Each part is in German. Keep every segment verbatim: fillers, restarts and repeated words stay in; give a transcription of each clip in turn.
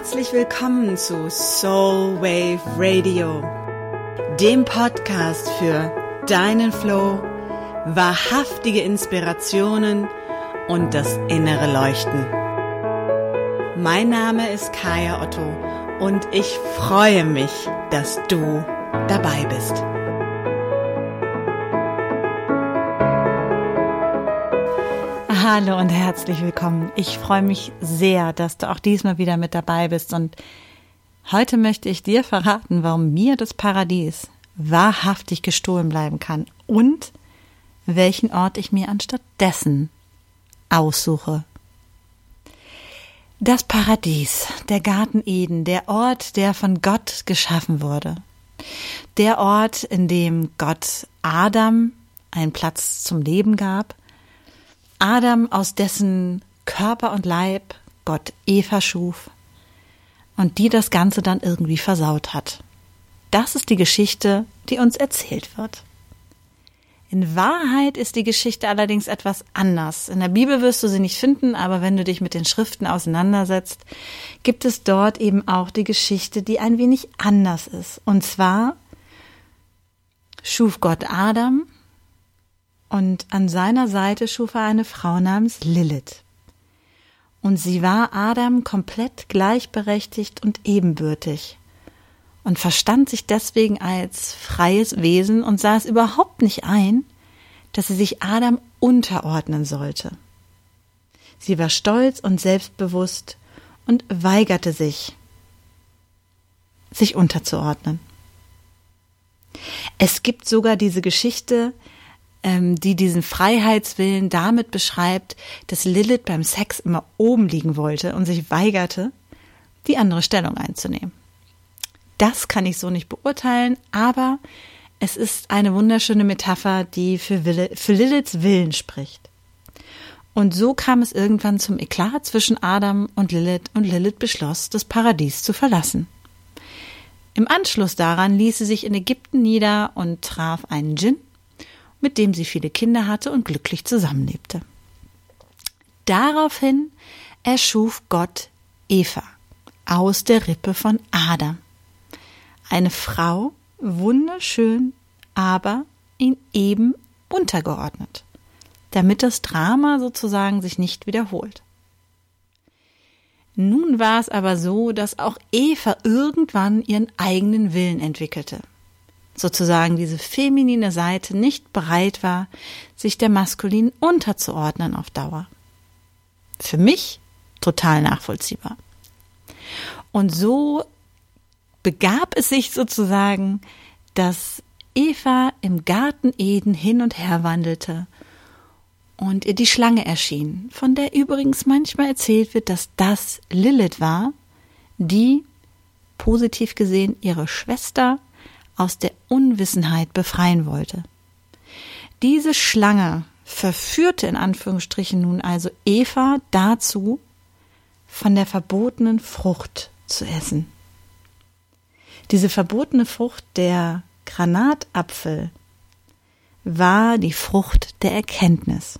Herzlich willkommen zu Soul Wave Radio, dem Podcast für deinen Flow, wahrhaftige Inspirationen und das innere Leuchten. Mein Name ist Kaya Otto und ich freue mich, dass du dabei bist. Hallo und herzlich willkommen. Ich freue mich sehr, dass du auch diesmal wieder mit dabei bist und heute möchte ich dir verraten, warum mir das Paradies wahrhaftig gestohlen bleiben kann und welchen Ort ich mir anstattdessen aussuche. Das Paradies, der Garten Eden, der Ort, der von Gott geschaffen wurde. Der Ort, in dem Gott Adam einen Platz zum Leben gab. Adam, aus dessen Körper und Leib Gott Eva schuf und die das Ganze dann irgendwie versaut hat. Das ist die Geschichte, die uns erzählt wird. In Wahrheit ist die Geschichte allerdings etwas anders. In der Bibel wirst du sie nicht finden, aber wenn du dich mit den Schriften auseinandersetzt, gibt es dort eben auch die Geschichte, die ein wenig anders ist. Und zwar schuf Gott Adam und an seiner Seite schuf er eine Frau namens Lilith. Und sie war Adam komplett gleichberechtigt und ebenbürtig und verstand sich deswegen als freies Wesen und sah es überhaupt nicht ein, dass sie sich Adam unterordnen sollte. Sie war stolz und selbstbewusst und weigerte sich, sich unterzuordnen. Es gibt sogar diese Geschichte, die diesen Freiheitswillen damit beschreibt, dass Lilith beim Sex immer oben liegen wollte und sich weigerte, die andere Stellung einzunehmen. Das kann ich so nicht beurteilen, aber es ist eine wunderschöne Metapher, die für, Wille, für Liliths Willen spricht. Und so kam es irgendwann zum Eklat zwischen Adam und Lilith und Lilith beschloss, das Paradies zu verlassen. Im Anschluss daran ließ sie sich in Ägypten nieder und traf einen Djinn, mit dem sie viele Kinder hatte und glücklich zusammenlebte. Daraufhin erschuf Gott Eva aus der Rippe von Adam. Eine Frau, wunderschön, aber ihn eben untergeordnet, damit das Drama sozusagen sich nicht wiederholt. Nun war es aber so, dass auch Eva irgendwann ihren eigenen Willen entwickelte. Sozusagen diese feminine Seite nicht bereit war, sich der maskulinen unterzuordnen auf Dauer. Für mich total nachvollziehbar. Und so begab es sich sozusagen, dass Eva im Garten Eden hin und her wandelte und ihr die Schlange erschien, von der übrigens manchmal erzählt wird, dass das Lilith war, die, positiv gesehen, ihre Schwester aus der Unwissenheit befreien wollte. Diese Schlange verführte in Anführungsstrichen nun also Eva dazu, von der verbotenen Frucht zu essen. Diese verbotene Frucht, der Granatapfel, war die Frucht der Erkenntnis.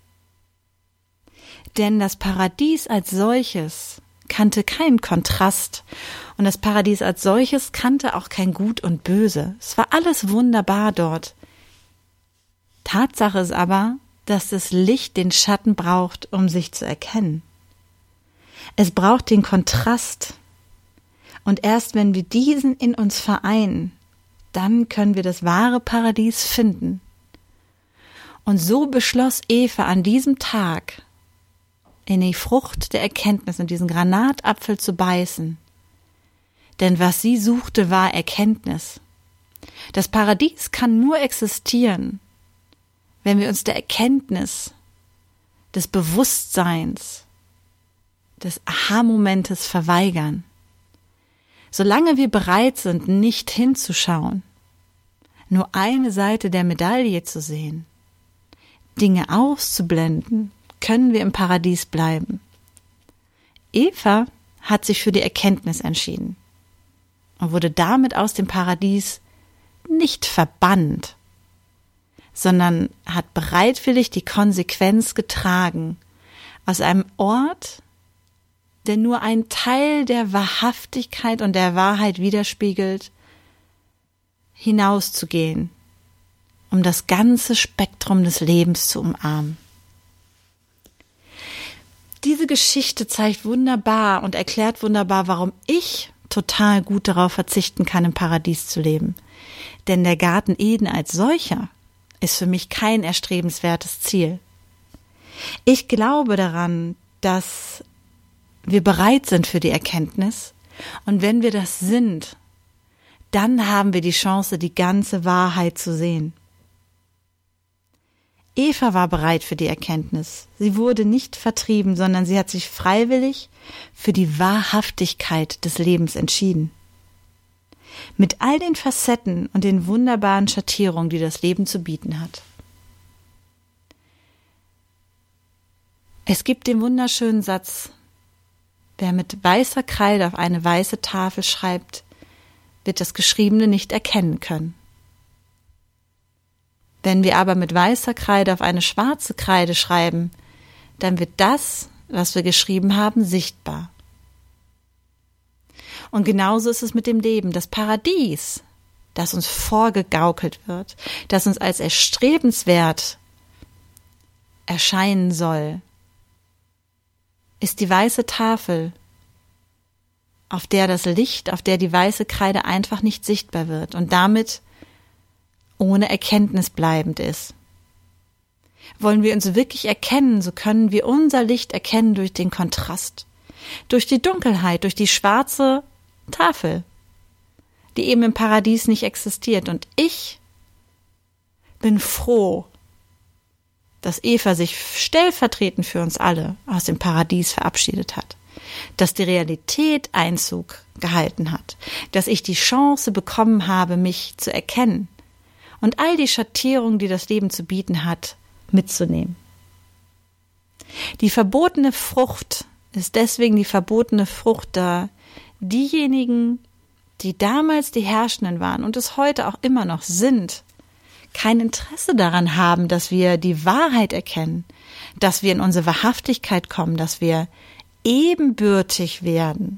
Denn das Paradies als solches kannte keinen Kontrast und das Paradies als solches kannte auch kein Gut und Böse. Es war alles wunderbar dort. Tatsache ist aber, dass das Licht den Schatten braucht, um sich zu erkennen. Es braucht den Kontrast. Und erst wenn wir diesen in uns vereinen, dann können wir das wahre Paradies finden. Und so beschloss Eva an diesem Tag, in die Frucht der Erkenntnis, in diesen Granatapfel zu beißen. Denn was sie suchte, war Erkenntnis. Das Paradies kann nur existieren, wenn wir uns der Erkenntnis, des Bewusstseins, des Aha-Momentes verweigern. Solange wir bereit sind, nicht hinzuschauen, nur eine Seite der Medaille zu sehen, Dinge auszublenden, können wir im Paradies bleiben. Eva hat sich für die Erkenntnis entschieden und wurde damit aus dem Paradies nicht verbannt, sondern hat bereitwillig die Konsequenz getragen, aus einem Ort, der nur einen Teil der Wahrhaftigkeit und der Wahrheit widerspiegelt, hinauszugehen, um das ganze Spektrum des Lebens zu umarmen. Diese Geschichte zeigt wunderbar und erklärt wunderbar, warum ich total gut darauf verzichten kann, im Paradies zu leben. Denn der Garten Eden als solcher ist für mich kein erstrebenswertes Ziel. Ich glaube daran, dass wir bereit sind für die Erkenntnis, und wenn wir das sind, dann haben wir die Chance, die ganze Wahrheit zu sehen. Eva war bereit für die Erkenntnis. Sie wurde nicht vertrieben, sondern sie hat sich freiwillig für die Wahrhaftigkeit des Lebens entschieden. Mit all den Facetten und den wunderbaren Schattierungen, die das Leben zu bieten hat. Es gibt den wunderschönen Satz: Wer mit weißer Kreide auf eine weiße Tafel schreibt, wird das Geschriebene nicht erkennen können. Wenn wir aber mit weißer Kreide auf eine schwarze Kreide schreiben, dann wird das, was wir geschrieben haben, sichtbar. Und genauso ist es mit dem Leben. Das Paradies, das uns vorgegaukelt wird, das uns als erstrebenswert erscheinen soll, ist die weiße Tafel, auf der das Licht, auf der die weiße Kreide einfach nicht sichtbar wird und damit ohne Erkenntnis bleibend ist. Wollen wir uns wirklich erkennen, so können wir unser Licht erkennen durch den Kontrast, durch die Dunkelheit, durch die schwarze Tafel, die eben im Paradies nicht existiert. Und ich bin froh, dass Eva sich stellvertretend für uns alle aus dem Paradies verabschiedet hat, dass die Realität Einzug gehalten hat, dass ich die Chance bekommen habe, mich zu erkennen und all die Schattierungen, die das Leben zu bieten hat, mitzunehmen. Die verbotene Frucht ist deswegen die verbotene Frucht, da diejenigen, die damals die Herrschenden waren und es heute auch immer noch sind, kein Interesse daran haben, dass wir die Wahrheit erkennen, dass wir in unsere Wahrhaftigkeit kommen, dass wir ebenbürtig werden.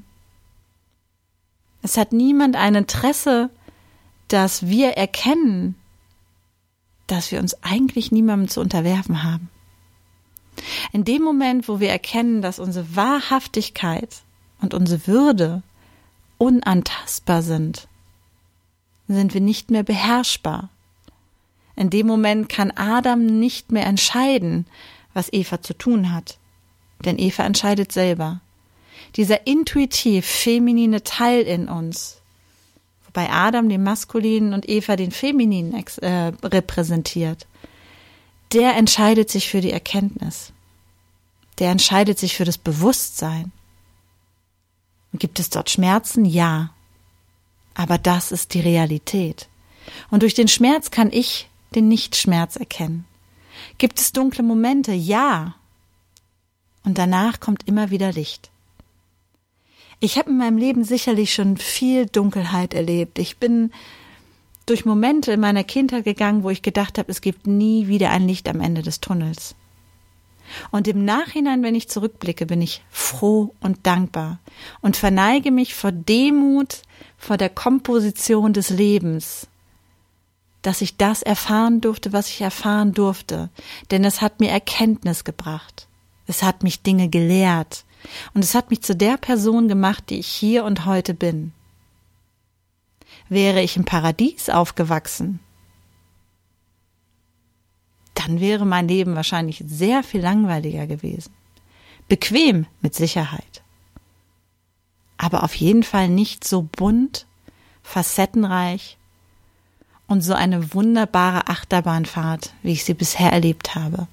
Es hat niemand ein Interesse, dass wir erkennen, dass wir uns eigentlich niemandem zu unterwerfen haben. In dem Moment, wo wir erkennen, dass unsere Wahrhaftigkeit und unsere Würde unantastbar sind, sind wir nicht mehr beherrschbar. In dem Moment kann Adam nicht mehr entscheiden, was Eva zu tun hat, denn Eva entscheidet selber. Dieser intuitiv feminine Teil in uns, wobei Adam den maskulinen und Eva den femininen äh, repräsentiert, der entscheidet sich für die Erkenntnis. Der entscheidet sich für das Bewusstsein. Und gibt es dort Schmerzen? Ja. Aber das ist die Realität. Und durch den Schmerz kann ich den Nichtschmerz erkennen. Gibt es dunkle Momente? Ja. Und danach kommt immer wieder Licht. Ich habe in meinem Leben sicherlich schon viel Dunkelheit erlebt. Ich bin durch Momente in meiner Kindheit gegangen, wo ich gedacht habe, es gibt nie wieder ein Licht am Ende des Tunnels. Und im Nachhinein, wenn ich zurückblicke, bin ich froh und dankbar und verneige mich vor Demut, vor der Komposition des Lebens, dass ich das erfahren durfte, was ich erfahren durfte. Denn es hat mir Erkenntnis gebracht. Es hat mich Dinge gelehrt. Und es hat mich zu der Person gemacht, die ich hier und heute bin. Wäre ich im Paradies aufgewachsen, dann wäre mein Leben wahrscheinlich sehr viel langweiliger gewesen. Bequem, mit Sicherheit. Aber auf jeden Fall nicht so bunt, facettenreich und so eine wunderbare Achterbahnfahrt, wie ich sie bisher erlebt habe.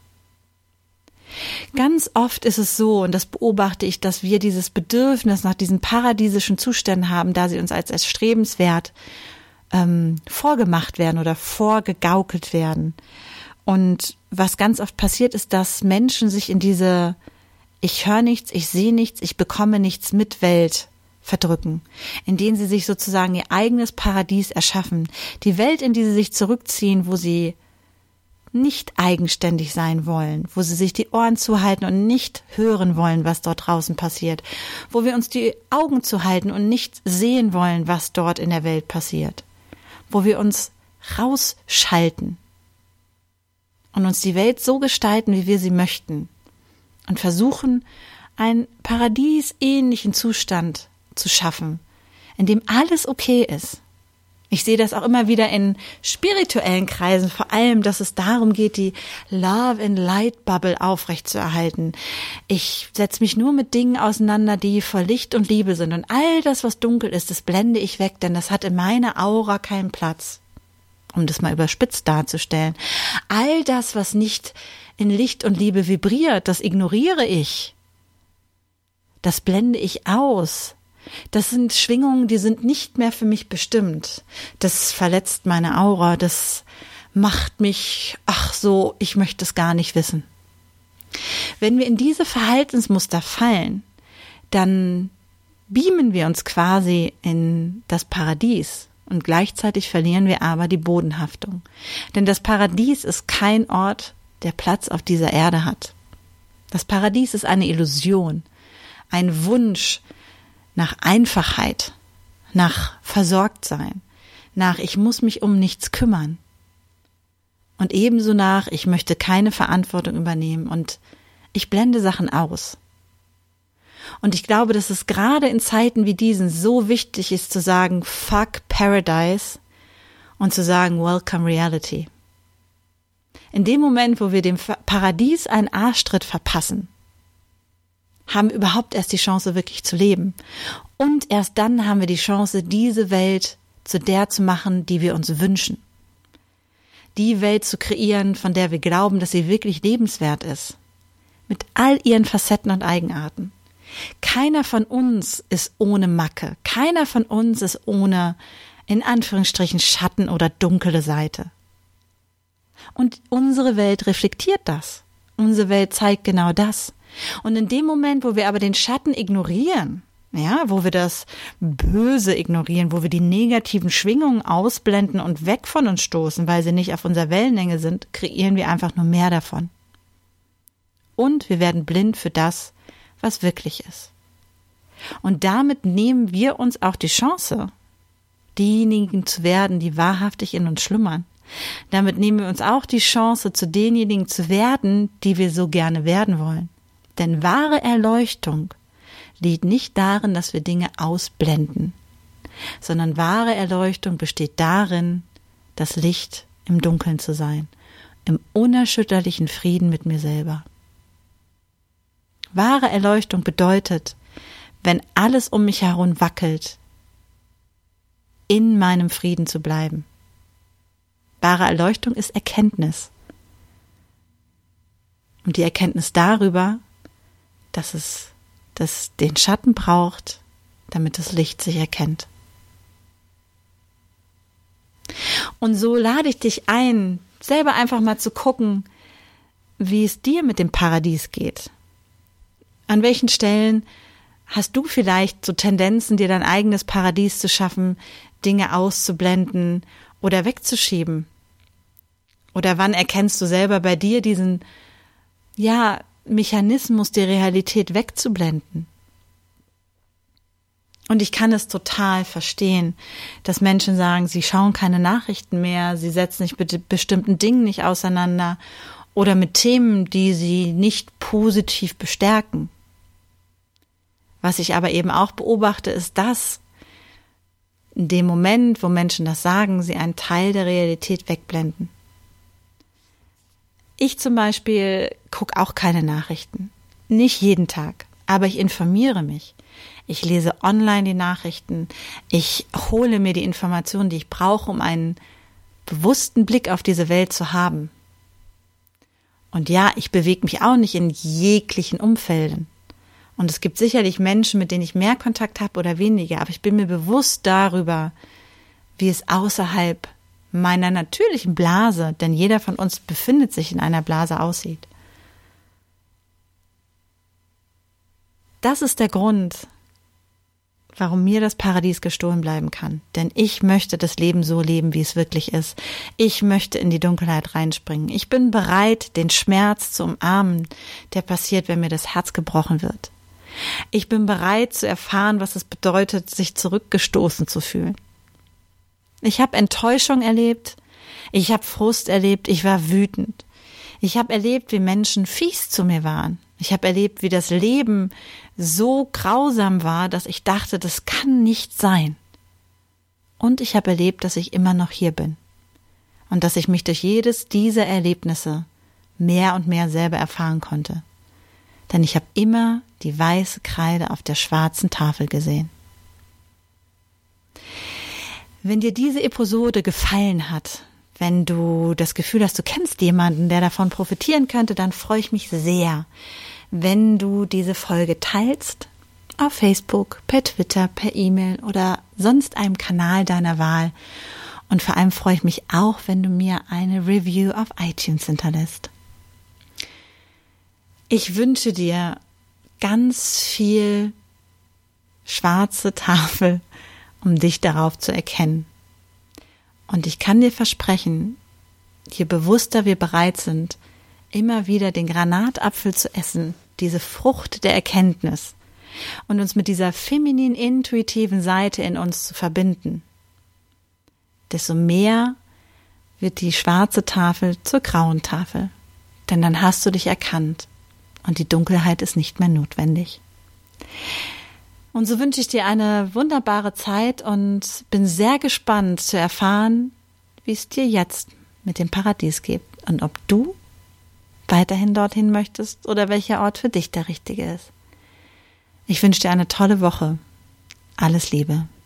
Ganz oft ist es so, und das beobachte ich, dass wir dieses Bedürfnis nach diesen paradiesischen Zuständen haben, da sie uns als erstrebenswert ähm, vorgemacht werden oder vorgegaukelt werden. Und was ganz oft passiert, ist, dass Menschen sich in diese Ich höre nichts, ich sehe nichts, ich bekomme nichts mit Welt verdrücken, in denen sie sich sozusagen ihr eigenes Paradies erschaffen. Die Welt, in die sie sich zurückziehen, wo sie nicht eigenständig sein wollen, wo sie sich die Ohren zuhalten und nicht hören wollen, was dort draußen passiert, wo wir uns die Augen zuhalten und nicht sehen wollen, was dort in der Welt passiert, wo wir uns rausschalten und uns die Welt so gestalten, wie wir sie möchten und versuchen, einen paradiesähnlichen Zustand zu schaffen, in dem alles okay ist. Ich sehe das auch immer wieder in spirituellen Kreisen, vor allem, dass es darum geht, die Love and Light Bubble aufrechtzuerhalten. Ich setze mich nur mit Dingen auseinander, die voll Licht und Liebe sind. Und all das, was dunkel ist, das blende ich weg, denn das hat in meiner Aura keinen Platz. Um das mal überspitzt darzustellen. All das, was nicht in Licht und Liebe vibriert, das ignoriere ich. Das blende ich aus. Das sind Schwingungen, die sind nicht mehr für mich bestimmt. Das verletzt meine Aura, das macht mich, ach so, ich möchte es gar nicht wissen. Wenn wir in diese Verhaltensmuster fallen, dann beamen wir uns quasi in das Paradies und gleichzeitig verlieren wir aber die Bodenhaftung. Denn das Paradies ist kein Ort, der Platz auf dieser Erde hat. Das Paradies ist eine Illusion, ein Wunsch nach Einfachheit, nach Versorgtsein, nach ich muss mich um nichts kümmern und ebenso nach ich möchte keine Verantwortung übernehmen und ich blende Sachen aus. Und ich glaube, dass es gerade in Zeiten wie diesen so wichtig ist zu sagen, fuck Paradise und zu sagen, welcome Reality. In dem Moment, wo wir dem Paradies einen Arschtritt verpassen, haben wir überhaupt erst die Chance, wirklich zu leben. Und erst dann haben wir die Chance, diese Welt zu der zu machen, die wir uns wünschen. Die Welt zu kreieren, von der wir glauben, dass sie wirklich lebenswert ist. Mit all ihren Facetten und Eigenarten. Keiner von uns ist ohne Macke. Keiner von uns ist ohne, in Anführungsstrichen, Schatten oder dunkle Seite. Und unsere Welt reflektiert das. Unsere Welt zeigt genau das. Und in dem Moment, wo wir aber den Schatten ignorieren, ja, wo wir das Böse ignorieren, wo wir die negativen Schwingungen ausblenden und weg von uns stoßen, weil sie nicht auf unserer Wellenlänge sind, kreieren wir einfach nur mehr davon. Und wir werden blind für das, was wirklich ist. Und damit nehmen wir uns auch die Chance, diejenigen zu werden, die wahrhaftig in uns schlummern. Damit nehmen wir uns auch die Chance, zu denjenigen zu werden, die wir so gerne werden wollen. Denn wahre Erleuchtung liegt nicht darin, dass wir Dinge ausblenden, sondern wahre Erleuchtung besteht darin, das Licht im Dunkeln zu sein, im unerschütterlichen Frieden mit mir selber. Wahre Erleuchtung bedeutet, wenn alles um mich herum wackelt, in meinem Frieden zu bleiben. Wahre Erleuchtung ist Erkenntnis. Und die Erkenntnis darüber, dass es dass den Schatten braucht, damit das Licht sich erkennt. Und so lade ich dich ein, selber einfach mal zu gucken, wie es dir mit dem Paradies geht. An welchen Stellen hast du vielleicht so Tendenzen, dir dein eigenes Paradies zu schaffen, Dinge auszublenden oder wegzuschieben? Oder wann erkennst du selber bei dir diesen, ja, Mechanismus, die Realität wegzublenden? Und ich kann es total verstehen, dass Menschen sagen, sie schauen keine Nachrichten mehr, sie setzen sich mit bestimmten Dingen nicht auseinander oder mit Themen, die sie nicht positiv bestärken. Was ich aber eben auch beobachte, ist, dass in dem Moment, wo Menschen das sagen, sie einen Teil der Realität wegblenden. Ich zum Beispiel gucke auch keine Nachrichten. Nicht jeden Tag, aber ich informiere mich. Ich lese online die Nachrichten. Ich hole mir die Informationen, die ich brauche, um einen bewussten Blick auf diese Welt zu haben. Und ja, ich bewege mich auch nicht in jeglichen Umfelden. Und es gibt sicherlich Menschen, mit denen ich mehr Kontakt habe oder weniger, aber ich bin mir bewusst darüber, wie es außerhalb meiner natürlichen Blase, denn jeder von uns befindet sich in einer Blase, aussieht. Das ist der Grund, warum mir das Paradies gestohlen bleiben kann. Denn ich möchte das Leben so leben, wie es wirklich ist. Ich möchte in die Dunkelheit reinspringen. Ich bin bereit, den Schmerz zu umarmen, der passiert, wenn mir das Herz gebrochen wird. Ich bin bereit zu erfahren, was es bedeutet, sich zurückgestoßen zu fühlen. Ich habe Enttäuschung erlebt, ich habe Frust erlebt, ich war wütend. Ich habe erlebt, wie Menschen fies zu mir waren. Ich habe erlebt, wie das Leben so grausam war, dass ich dachte, das kann nicht sein. Und ich habe erlebt, dass ich immer noch hier bin. Und dass ich mich durch jedes dieser Erlebnisse mehr und mehr selber erfahren konnte. Denn ich habe immer die weiße Kreide auf der schwarzen Tafel gesehen. Wenn dir diese Episode gefallen hat, wenn du das Gefühl hast, du kennst jemanden, der davon profitieren könnte, dann freue ich mich sehr, wenn du diese Folge teilst, auf Facebook, per Twitter, per E-Mail oder sonst einem Kanal deiner Wahl. Und vor allem freue ich mich auch, wenn du mir eine Review auf iTunes hinterlässt. Ich wünsche dir ganz viel schwarze Tafel, um dich darauf zu erkennen. Und ich kann dir versprechen, je bewusster wir bereit sind, immer wieder den Granatapfel zu essen, diese Frucht der Erkenntnis, und uns mit dieser feminin intuitiven Seite in uns zu verbinden, desto mehr wird die schwarze Tafel zur grauen Tafel. Denn dann hast du dich erkannt und die Dunkelheit ist nicht mehr notwendig. Und so wünsche ich dir eine wunderbare Zeit und bin sehr gespannt zu erfahren, wie es dir jetzt mit dem Paradies geht und ob du weiterhin dorthin möchtest oder welcher Ort für dich der richtige ist. Ich wünsche dir eine tolle Woche. Alles Liebe.